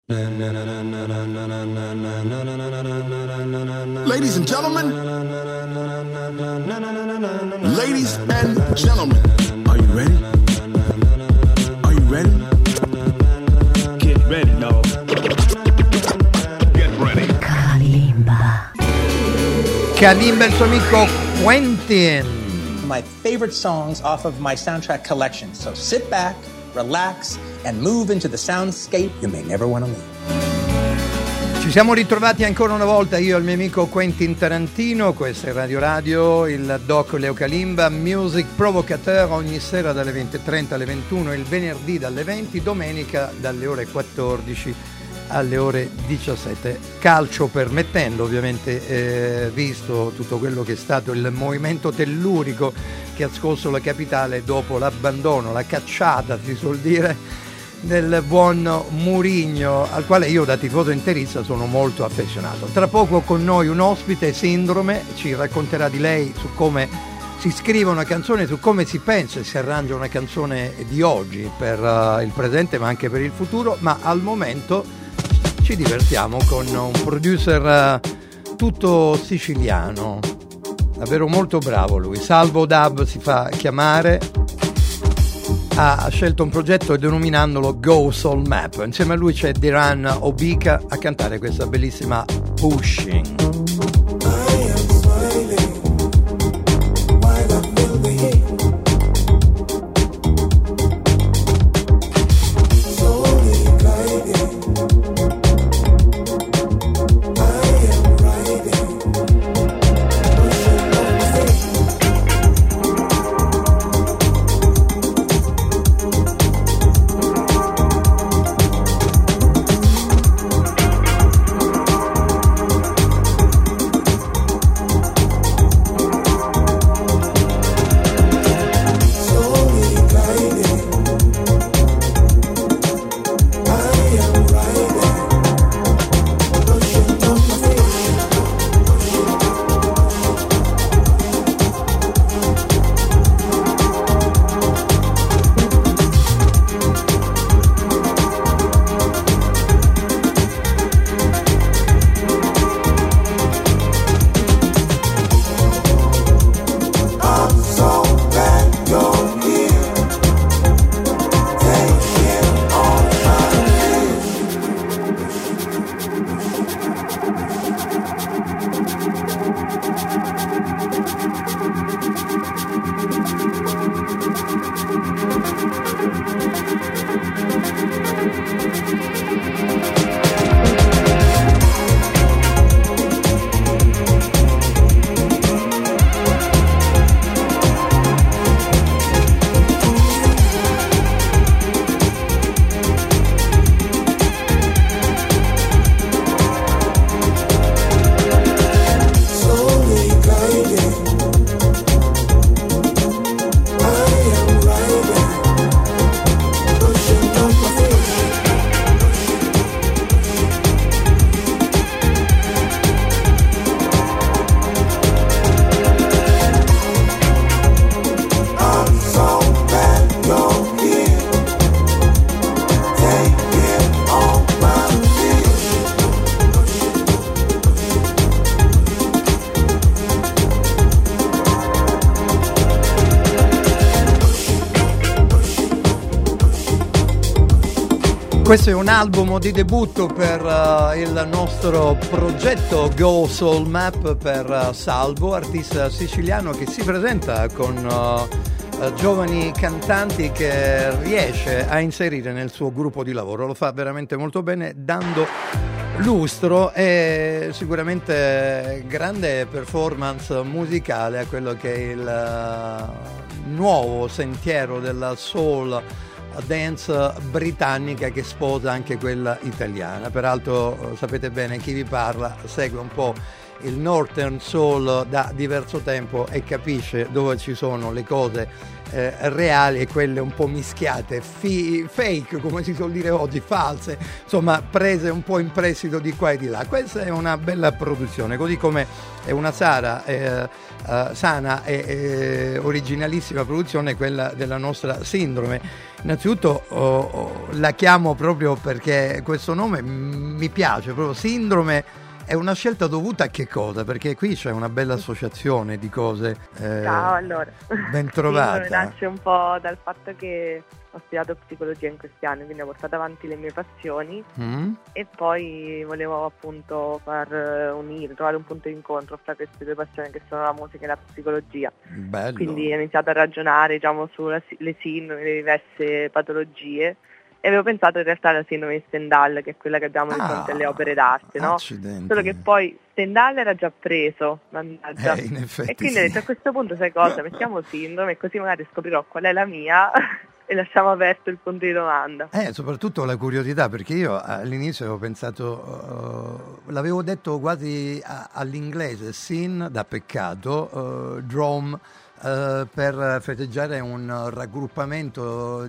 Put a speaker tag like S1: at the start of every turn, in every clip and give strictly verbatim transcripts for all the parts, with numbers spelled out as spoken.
S1: Ladies and gentlemen, ladies and gentlemen, are you ready? Are you ready? Get ready, y'all. Get ready.
S2: Kalimba.
S3: Kalimba e il suo amico Quentin.
S4: My favorite songs off of my soundtrack collection. So sit back, relax, and move into the soundscape you may never want to leave.
S3: Ci siamo ritrovati ancora una volta, io e il mio amico Quentin Tarantino. Questo è Radio Radio, il doc Leo Kalimba, Music Provocateur, ogni sera dalle venti e trenta alle ventuno, il venerdì dalle venti, domenica dalle ore quattordici alle ore diciassette, calcio permettendo, ovviamente, eh, visto tutto quello che è stato il movimento tellurico che ha scosso la capitale dopo l'abbandono, la cacciata si suol dire, del buon Mourinho, al quale io da tifoso interista sono molto affezionato. Tra poco con noi un ospite, Sindrome, ci racconterà di lei, su come si scrive una canzone, su come si pensa e si arrangia una canzone di oggi per uh, il presente ma anche per il futuro, ma al momento ci divertiamo con un producer uh, tutto siciliano, davvero molto bravo lui, Salvo Dub si fa chiamare. Ha scelto un progetto denominandolo Go Soul Map. Insieme a lui c'è Diran Obika a cantare questa bellissima Pushing. Questo è un album di debutto per uh, il nostro progetto Go Soul Map per uh, Salvo, artista siciliano che si presenta con uh, uh, giovani cantanti che riesce a inserire nel suo gruppo di lavoro. Lo fa veramente molto bene, dando lustro e sicuramente grande performance musicale a quello che è il uh, nuovo sentiero della soul dance britannica che sposa anche quella italiana. Peraltro sapete bene, chi vi parla segue un po' il Northern Soul da diverso tempo e capisce dove ci sono le cose eh, reali e quelle un po' mischiate, fi- fake come si suol dire oggi, false, insomma prese un po' in prestito di qua e di là. Questa è una bella produzione, così come è una Sara, eh, uh, sana e eh, originalissima produzione quella della nostra Sindrome, Innanzitutto oh, oh, la chiamo proprio perché questo nome mi piace, proprio Sindrome. È una scelta dovuta a che cosa? Perché qui c'è una bella associazione di cose. Eh,
S5: Ciao, allora.
S3: Ben trovata.
S5: Sì, nasce un po' dal fatto che ho studiato psicologia in questi anni, quindi ho portato avanti le mie passioni
S3: Mm?
S5: e poi volevo appunto far eh, unire, trovare un punto di incontro fra queste due passioni che sono la musica e la psicologia.
S3: Bello.
S5: Quindi ho iniziato a ragionare, diciamo, sulle sindrome, le diverse patologie. E avevo pensato in realtà alla sindrome di Stendhal, che è quella che abbiamo di fronte
S3: Ah,
S5: alle opere d'arte, no?
S3: accidenti.
S5: Solo che poi Stendhal era già preso, mannaggia.
S3: Eh, in effetti
S5: E quindi
S3: sì.
S5: ho detto, a questo punto sai cosa? Mettiamo sindrome, così magari scoprirò qual è la mia e lasciamo aperto il punto di domanda.
S3: Eh, soprattutto la curiosità, perché io all'inizio avevo pensato, uh, l'avevo detto quasi a, all'inglese, sin da peccato, uh, drom, Uh, per festeggiare un raggruppamento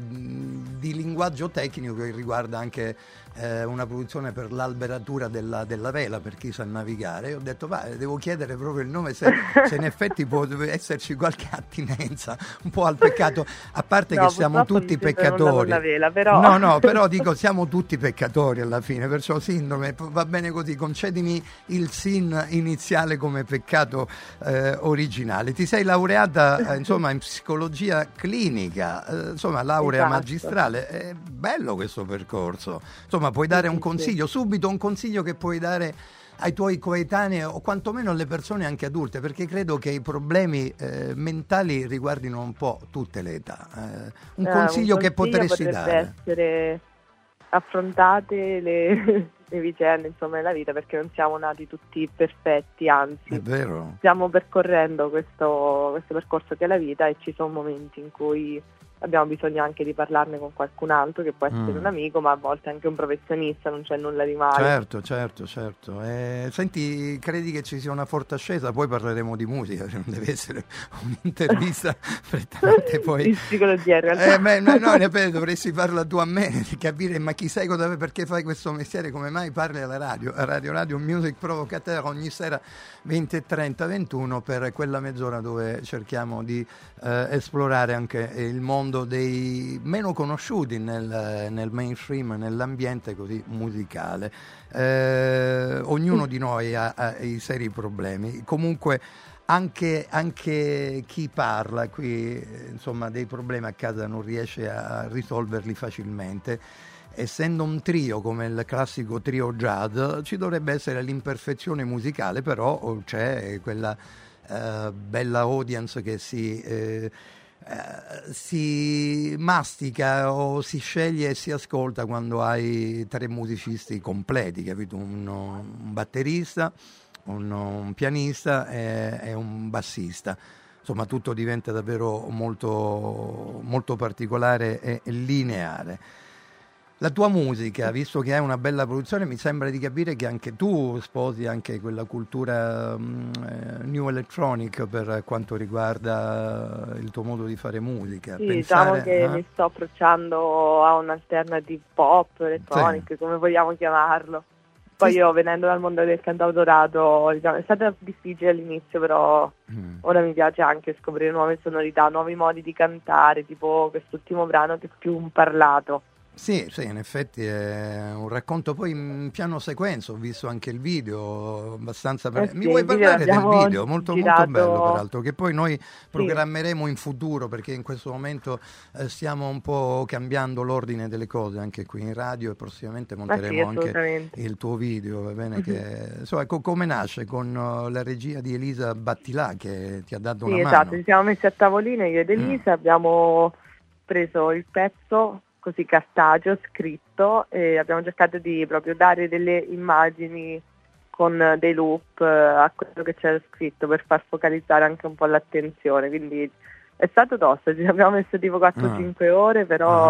S3: di linguaggio tecnico che riguarda anche uh, una produzione per l'alberatura della, della vela, per chi sa navigare. E ho detto, va, devo chiedere proprio il nome, se, se in effetti può esserci qualche attinenza un po' al peccato, a parte
S5: No,
S3: che siamo tutti peccatori.
S5: La vela, però.
S3: No, no, però dico, siamo tutti peccatori alla fine, perciò sindrome va bene così, concedimi il sin iniziale come peccato eh, originale. Ti sei laureata insomma in psicologia clinica, eh, insomma laurea
S5: Esatto.
S3: magistrale. È bello questo percorso, insomma puoi dare
S5: Sì,
S3: un
S5: sì,
S3: consiglio, subito un consiglio che puoi dare ai tuoi coetanei o quantomeno alle persone anche adulte, perché credo che i problemi eh, mentali riguardino un po' tutte le età. Eh, un
S5: Eh,
S3: consiglio
S5: un
S3: che potresti
S5: potrebbe
S3: dare?
S5: essere affrontate le, le vicende, insomma, nella vita, perché non siamo nati tutti perfetti, anzi
S3: È vero.
S5: stiamo percorrendo questo, questo percorso che è la vita e ci sono momenti in cui abbiamo bisogno anche di parlarne con qualcun altro, che può essere
S3: Mm.
S5: un amico, ma a volte anche un professionista, non c'è nulla di male.
S3: Certo, certo, certo. Eh, senti, credi che ci sia una forte ascesa? Poi parleremo di musica, non deve essere un'intervista prettamente poi.
S5: Di psicologia in realtà.
S3: Eh, beh, no, no, ripeto, dovresti farla tu a me, di capire, ma chi sei, cosa, perché fai questo mestiere, come mai parli alla radio, a Radio Radio Music Provocateur ogni sera venti e trenta, ventuno, per quella mezz'ora dove cerchiamo di eh, esplorare anche il mondo dei meno conosciuti nel, nel mainstream, nell'ambiente così musicale. Eh, ognuno di noi ha, ha i seri problemi. Comunque anche, anche chi parla qui, insomma, dei problemi a casa non riesce a risolverli facilmente. Essendo un trio come il classico trio jazz, ci dovrebbe essere l'imperfezione musicale, però c'è quella eh, bella audience che si eh, eh, si mastica o si sceglie e si ascolta quando hai tre musicisti completi, capito? Un, un batterista, un, un pianista e, e un bassista. Insomma, tutto diventa davvero molto, molto particolare e lineare. La tua musica, visto che hai una bella produzione, mi sembra di capire che anche tu sposi anche quella cultura um, eh, new electronic per quanto riguarda il tuo modo di fare musica.
S5: Sì,
S3: Pensare,
S5: diciamo che
S3: eh?
S5: mi sto approcciando a un'alternative pop, electronic,
S3: Sì.
S5: come vogliamo chiamarlo. Poi
S3: Sì.
S5: io, venendo dal mondo del cantautorato, diciamo, è stato difficile all'inizio, però
S3: Mm.
S5: ora mi piace anche scoprire nuove sonorità, nuovi modi di cantare, tipo quest'ultimo brano che è più un parlato.
S3: Sì, sì, in effetti è un racconto poi in piano sequenza, ho visto anche il video, abbastanza...
S5: Eh
S3: Mi
S5: sì,
S3: vuoi
S5: il video
S3: parlare del
S5: l'abbiamo
S3: video? Molto,
S5: girato-
S3: molto bello peraltro, che poi noi programmeremo in futuro, perché in questo momento eh, stiamo un po' cambiando l'ordine delle cose anche qui in radio e prossimamente monteremo anche
S5: assolutamente.
S3: il tuo video, va bene?
S5: Mhm.
S3: Che, insomma, co- come nasce? Con uh, la regia di Elisa Battilà che ti ha dato
S5: Sì,
S3: una
S5: esatto,
S3: mano.
S5: ci siamo messi a tavolino io ed Elisa, abbiamo preso il pezzo così cartaceo, scritto, e abbiamo cercato di proprio dare delle immagini con dei loop eh, a quello che c'era scritto per far focalizzare anche un po' l'attenzione, quindi è stato tosto, ci abbiamo messo tipo quattro cinque ore, però
S3: Ah.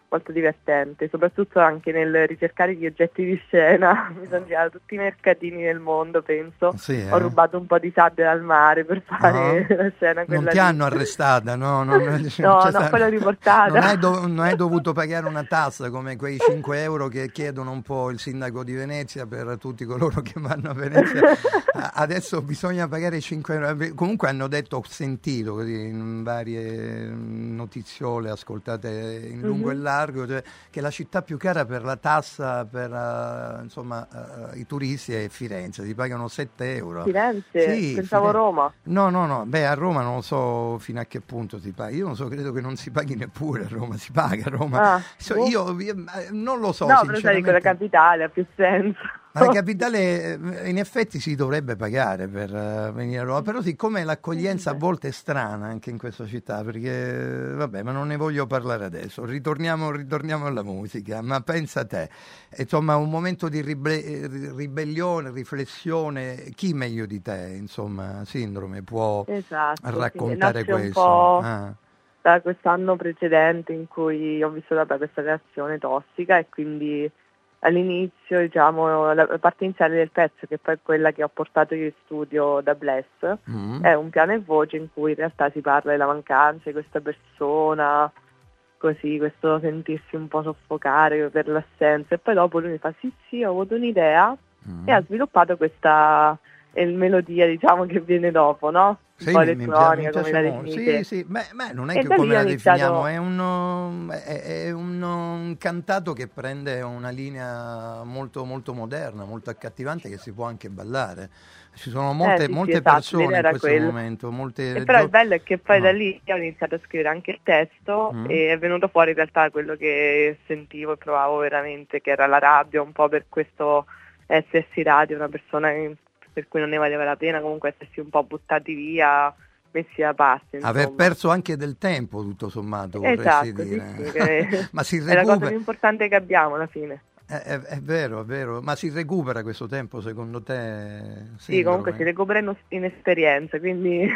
S5: molto divertente, soprattutto anche nel ricercare gli oggetti di scena. Mi sono girato tutti i mercatini del mondo, penso.
S3: Sì, eh?
S5: Ho rubato un po' di sabbia dal mare per fare
S3: no.
S5: la scena. Quella
S3: non ti
S5: lì.
S3: hanno arrestata, no? Non,
S5: no,
S3: cioè,
S5: no, poi l'ho riportata.
S3: Non hai, dov- non hai dovuto pagare una tassa come quei cinque euro che chiedono un po' il sindaco di Venezia per tutti coloro che vanno a Venezia. Adesso bisogna pagare cinque euro. Comunque hanno detto, ho sentito così in varie notiziole ascoltate in lungo mm-hmm. e largo, cioè, che la città più cara per la tassa per uh, insomma uh, i turisti è Firenze, si pagano sette euro.
S5: Firenze?
S3: Sì,
S5: pensavo
S3: Firenze.
S5: Roma.
S3: No, no, no, beh, a Roma non so fino a che punto si paga. Io non so, credo che non si paghi neppure a Roma, si paga a Roma.
S5: Ah,
S3: so,
S5: boh.
S3: io, io non lo so,
S5: no,
S3: sinceramente.
S5: però sai, con la capitale ha più senso.
S3: La capitale in effetti si dovrebbe pagare per uh, venire a Roma, però siccome l'accoglienza a volte è strana anche in questa città, perché vabbè, ma non ne voglio parlare adesso, ritorniamo, ritorniamo alla musica, ma pensa te, insomma un momento di ribe- ribellione, riflessione, chi meglio di te, insomma, Sindrome, può
S5: esatto,
S3: raccontare
S5: sì.
S3: questo?
S5: Un po'
S3: ah.
S5: da quest'anno precedente in cui ho vissuto da questa relazione tossica e quindi all'inizio, diciamo, la parte iniziale del pezzo, che poi è quella che ho portato io in studio da Bless, mm. è un piano e voce in cui in realtà si parla della mancanza di questa persona, così, questo sentirsi un po' soffocare per l'assenza, e poi dopo lui mi fa sì sì, ho avuto un'idea mm. e ha sviluppato questa eh, melodia, diciamo, che viene dopo, no?
S3: Sì,
S5: un po'
S3: mi,
S5: elettronica,
S3: mi
S5: come la definite.
S3: Sì, sì, beh, beh, non è
S5: e
S3: che come la
S5: iniziato...
S3: definiamo, è, uno, è, è un, un cantato che prende una linea molto, molto moderna, molto accattivante, che si può anche ballare. Ci sono molte,
S5: eh, sì,
S3: molte
S5: sì, esatto,
S3: persone in questo
S5: quello.
S3: momento. Molte
S5: e però
S3: gio-
S5: il bello è che poi
S3: no.
S5: da lì ho iniziato a scrivere anche il testo mm. e è venuto fuori in realtà quello che sentivo e provavo veramente, che era la rabbia un po' per questo essersi radio, una persona che, per cui non ne valeva la pena comunque essersi un po' buttati via, messi da parte, insomma.
S3: Aver perso anche del tempo, tutto sommato, vorresti
S5: esatto,
S3: dire.
S5: Sì, sì, che
S3: Ma si
S5: è la cosa
S3: recupera...
S5: più importante che abbiamo alla fine.
S3: È, è, è vero, è vero, ma si recupera questo tempo secondo te?
S5: Sì,
S3: Sindrome?
S5: comunque si recupera in, in esperienza, quindi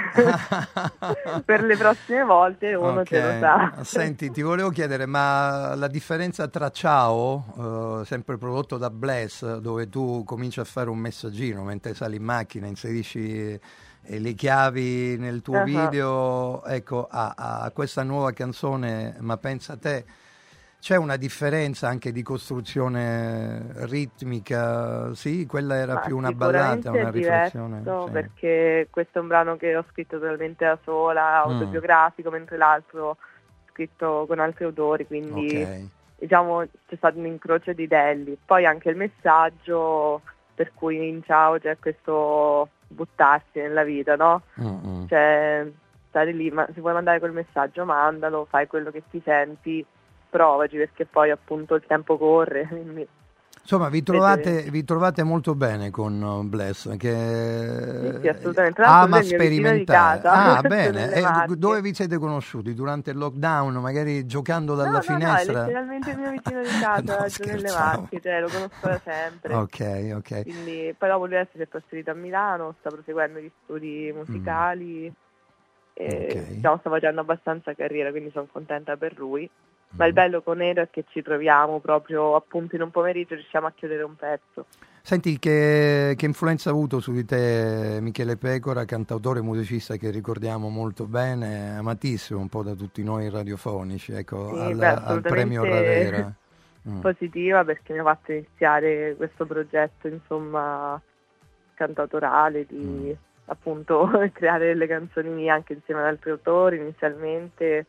S5: per le prossime volte uno
S3: okay.
S5: ce lo sa.
S3: Senti, ti volevo chiedere, ma la differenza tra Ciao, uh, sempre prodotto da Bless, dove tu cominci a fare un messaggino mentre sali in macchina, inserisci e le chiavi nel tuo uh-huh. video, ecco, a, a questa nuova canzone, ma pensa a te, c'è una differenza anche di costruzione ritmica? Sì, quella era
S5: ma
S3: più una ballata, una riflessione.
S5: Sì. Perché questo è un brano che ho scritto totalmente da sola, autobiografico, mm. mentre l'altro ho scritto con altri autori, quindi okay. diciamo c'è stato un incrocio di delli. Poi anche il messaggio per cui in Ciao c'è questo buttarsi nella vita, no? Mm-hmm. Cioè stare lì, ma se vuoi mandare quel messaggio mandalo, fai quello che ti senti, provaci, perché poi appunto il tempo corre, quindi...
S3: Insomma, vi trovate, vi trovate molto bene con Bless, che
S5: sì, sì, assolutamente.
S3: ama sperimentare. Ah, bene. E dove
S5: vi
S3: vi siete conosciuti? Durante il lockdown, magari giocando dalla
S5: no,
S3: finestra?
S5: No, no, è letteralmente il mio vicino di casa,
S3: no,
S5: giù nelle Marche, cioè lo conosco da sempre.
S3: Ok, ok.
S5: Quindi, poi dopo lui adesso si è trasferito a Milano, sta proseguendo gli studi musicali, mm. e
S3: okay.
S5: diciamo, sta facendo abbastanza carriera, quindi sono contenta per lui. Ma il bello con Edo è che ci troviamo proprio appunto in un pomeriggio, riusciamo a chiudere un pezzo.
S3: Senti, che, che influenza ha avuto su di te Michele Pecora, cantautore e musicista che ricordiamo molto bene, amatissimo un po' da tutti noi radiofonici, ecco,
S5: sì,
S3: al,
S5: beh,
S3: al premio Ravera.
S5: Mm. Positiva, perché mi ha fatto iniziare questo progetto, insomma, cantautorale di mm. appunto creare delle canzoni mie anche insieme ad altri autori inizialmente,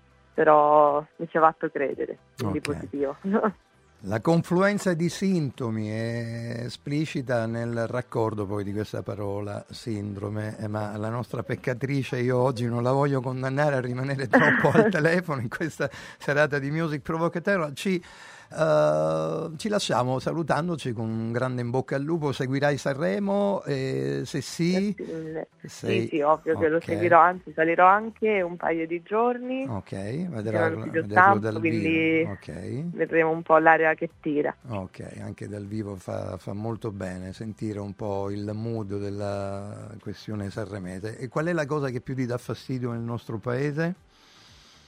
S5: però mi ci ha fatto credere, quindi okay. positivo.
S3: La confluenza di sintomi è esplicita nel raccordo poi di questa parola sindrome, eh, ma la nostra peccatrice, io oggi non la voglio condannare a rimanere troppo al telefono in questa serata di Music Provocateur, ci, uh, ci lasciamo salutandoci con un grande in bocca al lupo. Seguirai Sanremo? Eh, se sì,
S5: sei... sì, sì, ovvio okay. che lo seguirò, anzi salirò anche un paio di giorni.
S3: Ok, vedrò,
S5: stampo, dal quindi vivo. Okay. Vedremo un po' l'area che tira.
S3: Ok, anche dal vivo fa, fa molto bene sentire un po' il mood della questione sanremese. E qual è la cosa che più ti dà fastidio nel nostro paese?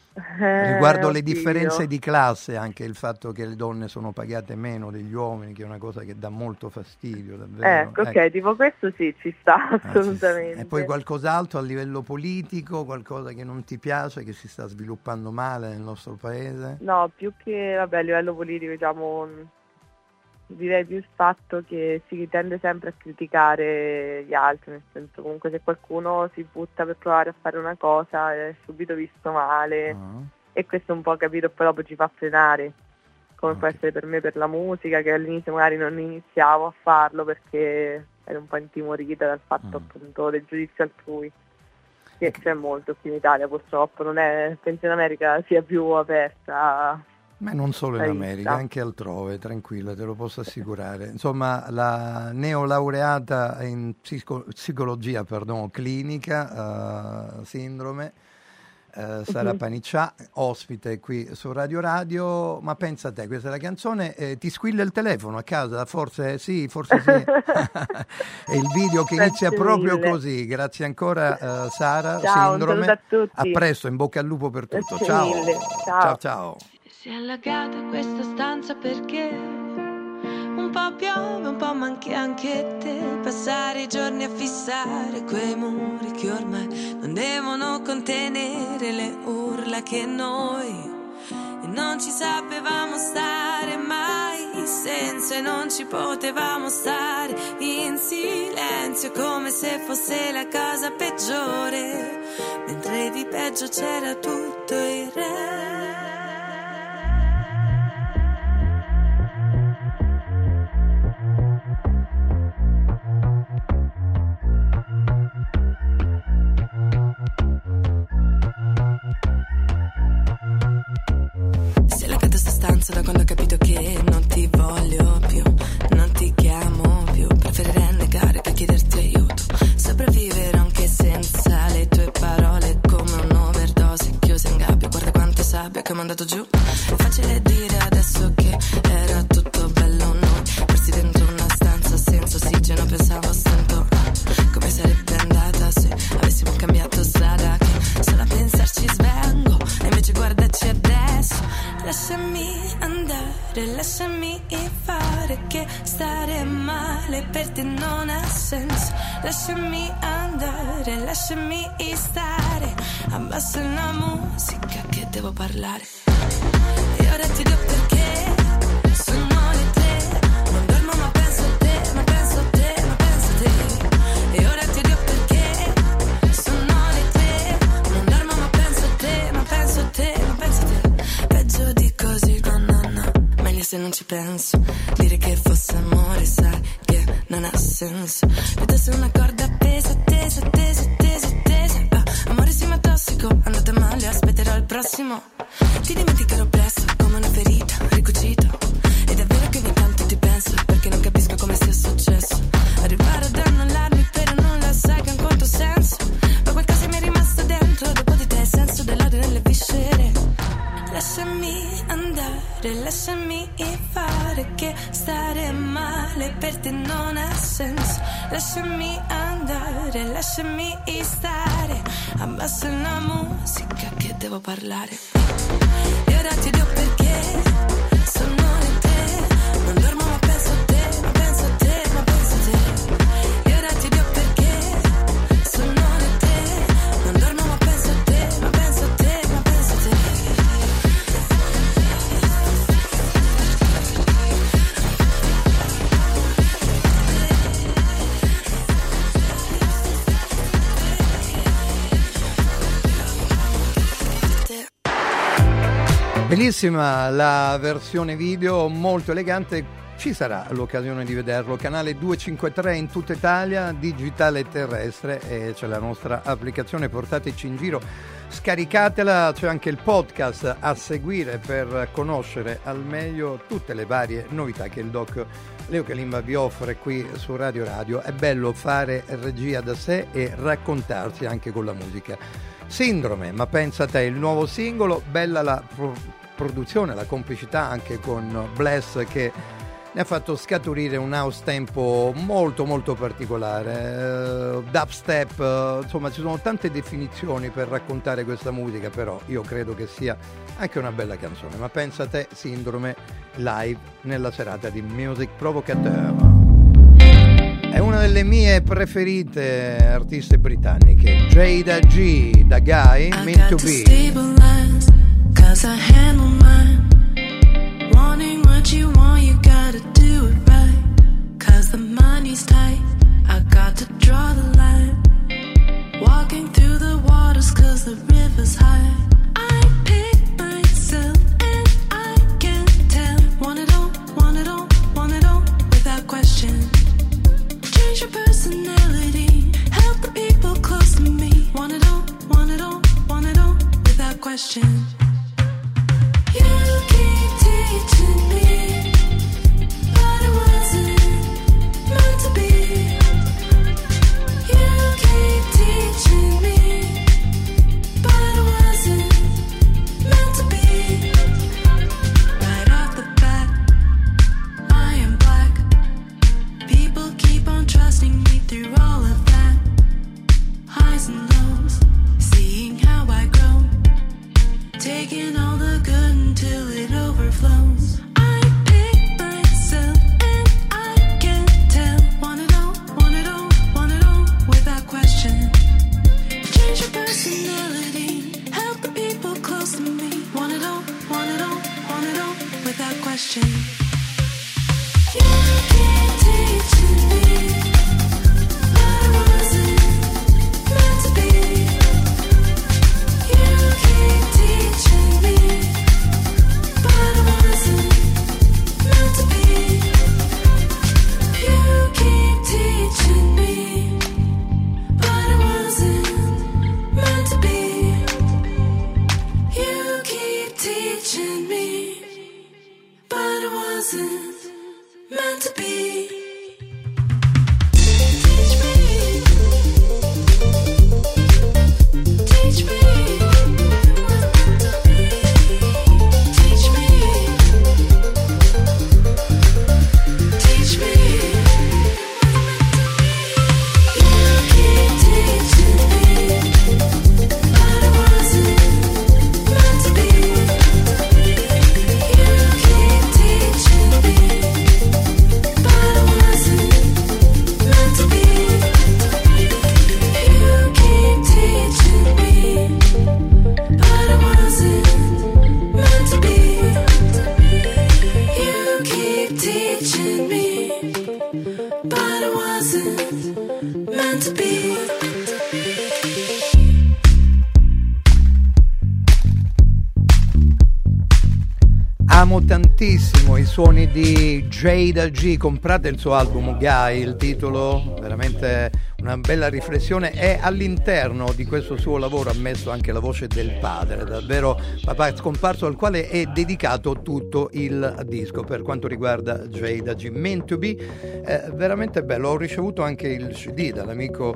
S5: Eh,
S3: Riguardo le
S5: oddio.
S3: differenze di classe, anche il fatto che le donne sono pagate meno degli uomini, che è una cosa che dà molto fastidio, davvero.
S5: Ecco, ok,
S3: Ecco.
S5: tipo questo sì, ci sta
S3: Ah, sì, sì.
S5: assolutamente.
S3: E poi qualcos'altro a livello politico, qualcosa che non ti piace, che si sta sviluppando male nel nostro paese?
S5: No, più che vabbè, a livello politico, diciamo, direi più il fatto che si tende sempre a criticare gli altri, nel senso comunque se qualcuno si butta per provare a fare una cosa è subito visto male
S3: Ah.
S5: e questo un po' capito poi dopo ci fa frenare, come può
S3: Ok.
S5: essere per me per la musica, che all'inizio magari non iniziavo a farlo perché ero un po' intimorita dal fatto
S3: Mm.
S5: appunto del giudizio altrui. Che c'è molto qui in Italia purtroppo, non è, penso in America sia più aperta.
S3: Ma non solo in
S5: Hai
S3: America,
S5: visto?
S3: anche altrove, tranquilla, te lo posso assicurare. Insomma, la neolaureata in psico- psicologia perdono, clinica, eh, sindrome, eh, Sara
S5: Mhm.
S3: Paniccià, ospite qui su Radio Radio. Ma pensa a te, questa è la canzone, eh, ti squilla il telefono a casa? Forse sì, forse sì. È il video che inizia
S5: Grazie
S3: proprio
S5: mille.
S3: così. Grazie ancora, eh, Sara,
S5: Ciao, un
S3: sindrome.
S5: saluto a tutti.
S3: A presto, in bocca al lupo per tutto.
S5: Grazie
S3: Ciao.
S5: mille. Ciao.
S3: Ciao, ciao.
S6: Si è allagata questa stanza perché un po' piove, un po' manchi anche te. Passare i giorni a fissare quei muri che ormai non devono contenere le urla che noi e non ci sapevamo stare mai senza e non ci potevamo stare in silenzio come se fosse la cosa peggiore, mentre di peggio c'era tutto il re. Si è lagata sta stanza da quando ho capito che non ti voglio più, non ti chiamo più, preferirei negare che chiederti aiuto, sopravvivere anche senza le tue parole come un'overdose chiusa in gabbia, guarda quanta sabbia che ho mandato giù, è facile dire adesso che era tutto bello noi, persi dentro una stanza senza ossigeno, pensavo stento, come sarebbe andata se avessimo cambiato strada, che solo a pensarci svengo, e invece guardaci adesso, lasciami andare, lasciami fare che stare male per te non ha senso, lasciami andare, lasciami stare, abbassa la musica che devo parlare, e ora ti do perché sono le tre, non dormo ma penso a te, ma penso a te, ma penso a te, e ora ti do perché sono le tre, non dormo ma penso a te, ma penso a te, ma penso a te, peggio di così, no no no, meglio se non ci penso, dire che fosse amore sai che non ha senso, piuttosto una corda appesa, tesa, tesa, tesa, tesa, ah, amorissimo tossico, andate male, aspetterò il prossimo, ti dimenticherò presto come una ferita, ricucito, ed è vero che ogni tanto ti penso, perché non capisco come sia successo, arrivare ad annullarmi però non la sai che ha un conto senso, ma qualcosa mi è rimasto dentro, dopo di te il senso dell'odio nelle viscere, lasciami andare, lasciami fare che stare male per te non ha senso, lasciami andare, lasciami stare, abbassa la musica che devo parlare, e ora ti do perché sono le tre, non dormo ma penso a te, ma penso a te, ma penso a te, e ora ti do perché sono le tre, non dormo ma penso a te, ma penso a te, ma penso a te.
S3: Bellissima la versione video, molto elegante, ci sarà l'occasione di vederlo, canale duecentocinquantatré in tutta Italia, digitale terrestre, e c'è la nostra applicazione, portateci in giro, scaricatela, c'è anche il podcast a seguire per conoscere al meglio tutte le varie novità che il doc Leo Kalimba vi offre qui su Radio Radio. È bello fare regia da sé e raccontarsi anche con la musica. Sindrome, ma pensa a te, il nuovo singolo, bella la pro- produzione, la complicità anche con Bless che ne ha fatto scaturire un house tempo molto molto particolare, uh, dubstep, uh, insomma ci sono tante definizioni per raccontare questa musica, però io credo che sia anche una bella canzone. Ma pensa te, Sindrome live nella serata di Music Provocateur. È una delle mie preferite artiste britanniche, Jada G, Da Guy, Meant to Be.
S6: Cause I handle mine. Wanting what you want, you gotta do it right. Cause the money's tight, I got to draw the line. Walking through the waters cause the river's high. I pick myself and I can't tell. Want it all, want it all, want it all without question. Change your personality, help the people close to me. Want it all, want it all, want it all without question. You keep teaching me, but it wasn't meant to be. You keep teaching me, but it wasn't meant to be. Right off the bat, I am black. People keep on trusting me through all of that. Highs and lows, seeing how I grow. Taking all the good until it overflows. I pick myself and I can't tell. Want it all, want it all, want it all without question. Change your personality, help the people close to me. Want it all, want it all, want it all without question. You keep teaching me, but it wasn't meant to be. You keep teaching me, but it wasn't meant to be. You keep teaching me, but it wasn't meant to be. You keep teaching me, but it wasn't meant to be. Teach me, teach me.
S3: Amo tantissimo i suoni di Jada G, comprate il suo album Guy, il titolo veramente una bella riflessione, è all'interno di questo suo lavoro ha messo anche la voce del padre, davvero papà scomparso, al quale è dedicato tutto il disco. Per quanto riguarda Jada G, Meant to Be, è veramente bello. Ho ricevuto anche il C D dall'amico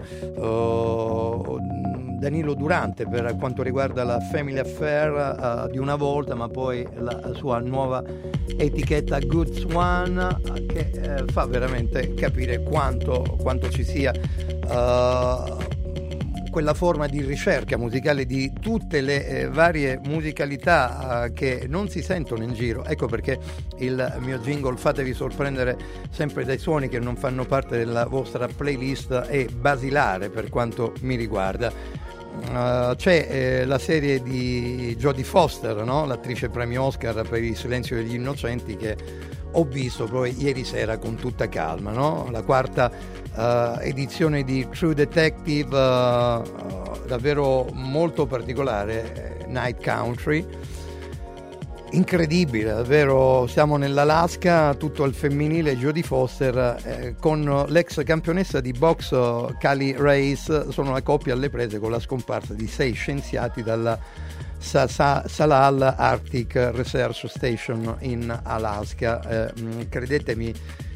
S3: uh, Danilo Durante per quanto riguarda la Family Affair uh, di una volta, ma poi la sua nuova etichetta Good Swan, uh, che uh, fa veramente capire quanto, quanto ci sia uh, quella forma di ricerca musicale di tutte le eh, varie musicalità uh, che non si sentono in giro. Ecco perché il mio jingle "Fatevi sorprendere sempre dai suoni che non fanno parte della vostra playlist" è basilare per quanto mi riguarda. Uh, c'è eh, la serie di Jodie Foster, no? L'attrice premio Oscar per Il silenzio degli innocenti, che ho visto poi ieri sera con tutta calma, no? La quarta uh, edizione di True Detective, uh, uh, davvero molto particolare, Night Country, incredibile, davvero. Siamo nell'Alaska, tutto al femminile, Jodie Foster eh, con l'ex campionessa di box Kali Reis, sono una coppia alle prese con la scomparsa di sei scienziati dalla Sa- Sa- Salal Arctic Research Station in Alaska. Eh, credetemi,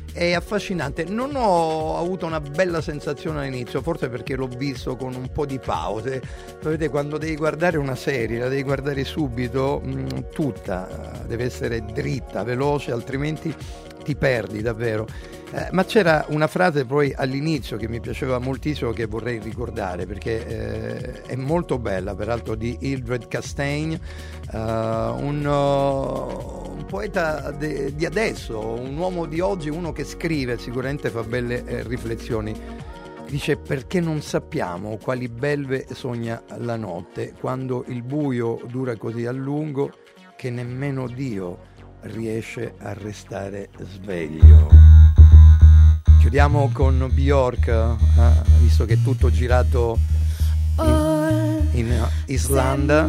S3: è affascinante. Non ho avuto una bella sensazione all'inizio, forse perché l'ho visto con un po' di pause. Sapete, quando devi guardare una serie, la devi guardare subito, mh, tutta, deve essere dritta, veloce, altrimenti ti perdi davvero. Eh, ma c'era una frase poi all'inizio che mi piaceva moltissimo, che vorrei ricordare perché eh, è molto bella, peraltro di Hildred Castaigne, uh, un, uh, un poeta de, di adesso, un uomo di oggi, uno che scrive, sicuramente fa belle eh, riflessioni. Dice: perché non sappiamo quali belve sogna la notte, quando il buio dura così a lungo che nemmeno Dio riesce a restare sveglio. Chiudiamo con Björk, eh, visto che è tutto girato in, in Islanda.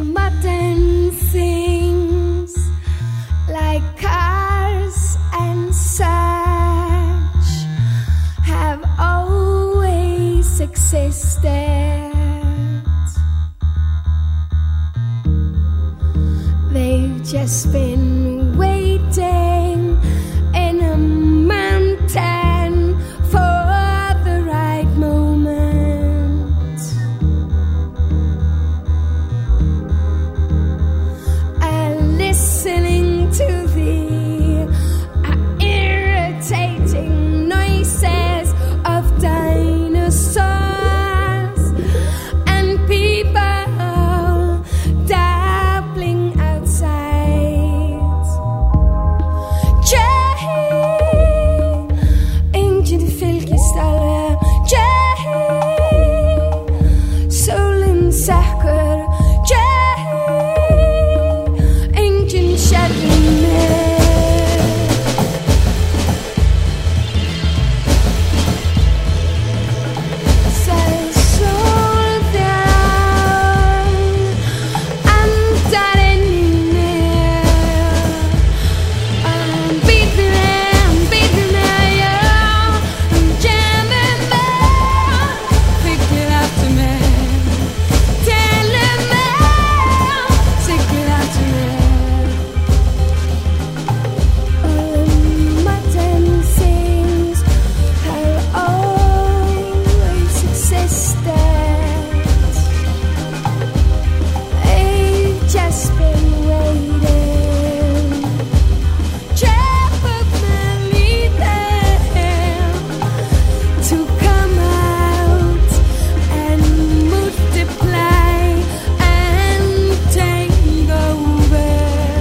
S7: Like cars and such have always existed. They've just been waiting in a mountain for the right moment, and listening to the uh, irritating noises of dinosaurs and people dabbling outside. Jay, ingen fylkesdaler. Jay, solen sakker. Jay, ingen kjenner. Say slow down, andar in ner. I'm beating I'm beating yeah. I'm jamming man. Pick it up to me. Tell him man. Stick it up to me. All of my dancings have always existed. They've just been waiting. Definitely there to come out and multiply and take over.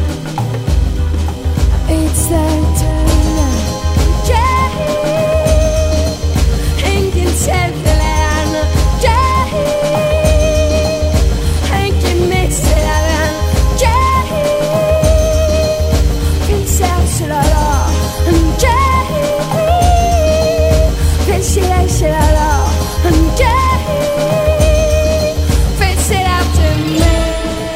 S7: It's the turn of Jay. Ingen kjenner Jay. Ingen mister den Jay. Finns jag slåra Jay. Finns jag slåra Jay. Finns jag till mig.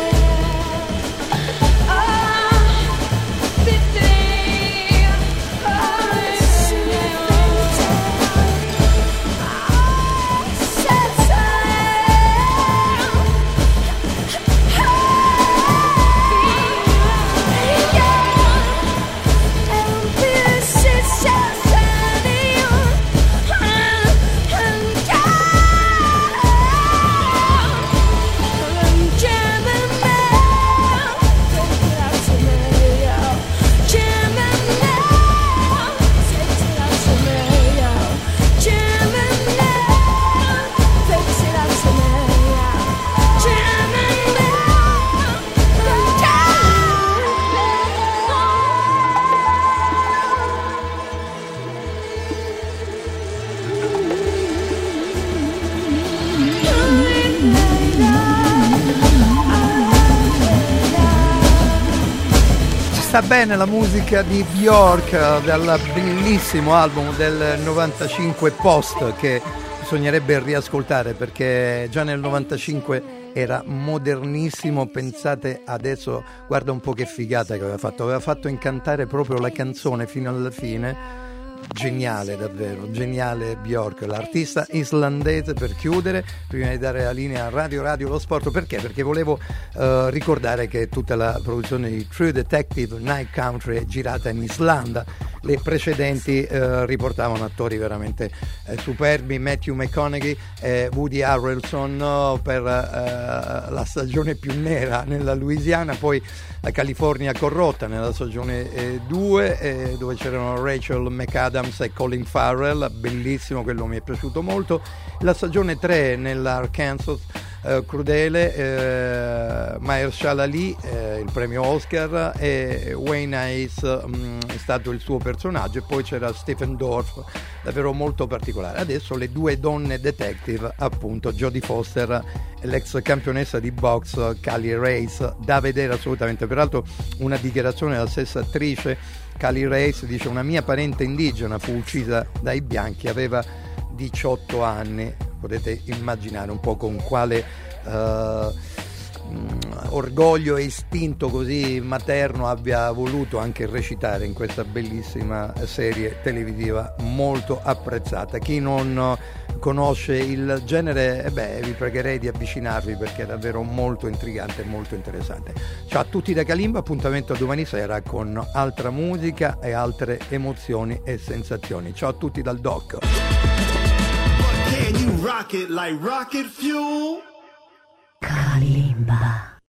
S3: Sta bene la musica di Björk dal bellissimo album del novantacinque Post, che bisognerebbe riascoltare perché già nel novantacinque era modernissimo. Pensate adesso, guarda un po' che figata che aveva fatto, aveva fatto incantare proprio la canzone fino alla fine. Geniale, davvero, geniale Björk, l'artista islandese, per chiudere, prima di dare la linea a Radio Radio Lo Sport. Perché? Perché volevo uh, ricordare che tutta la produzione di True Detective Night Country è girata in Islanda. Le precedenti uh, riportavano attori veramente uh, superbi, Matthew McConaughey e Woody Harrelson uh, per uh, la stagione più nera nella Louisiana, poi la California corrotta nella stagione due, eh, dove c'erano Rachel McAdams e Colin Farrell, bellissimo, quello mi è piaciuto molto. La stagione tre nell'Arkansas eh, crudele, eh, Mahershala Ali, eh, il premio Oscar, e Wayne Hayes mh, è stato il suo personaggio, e poi c'era Stephen Dorff, davvero molto particolare. Adesso le due donne detective, appunto Jodie Foster e l'ex campionessa di box Kali Reis, da vedere assolutamente. Peraltro una dichiarazione della stessa attrice, Kali Reis, dice: una mia parente indigena fu uccisa dai bianchi, aveva diciotto anni. Potete immaginare un po' con quale uh, orgoglio e istinto così materno abbia voluto anche recitare in questa bellissima serie televisiva molto apprezzata. Chi non conosce il genere, eh beh, vi pregherei di avvicinarvi, perché è davvero molto intrigante e molto interessante. Ciao a tutti da Kalimba, appuntamento a domani sera con altra musica e altre emozioni e sensazioni. Ciao a tutti dal Doc.
S1: Can you rock it like rocket fuel?
S2: Kalimba.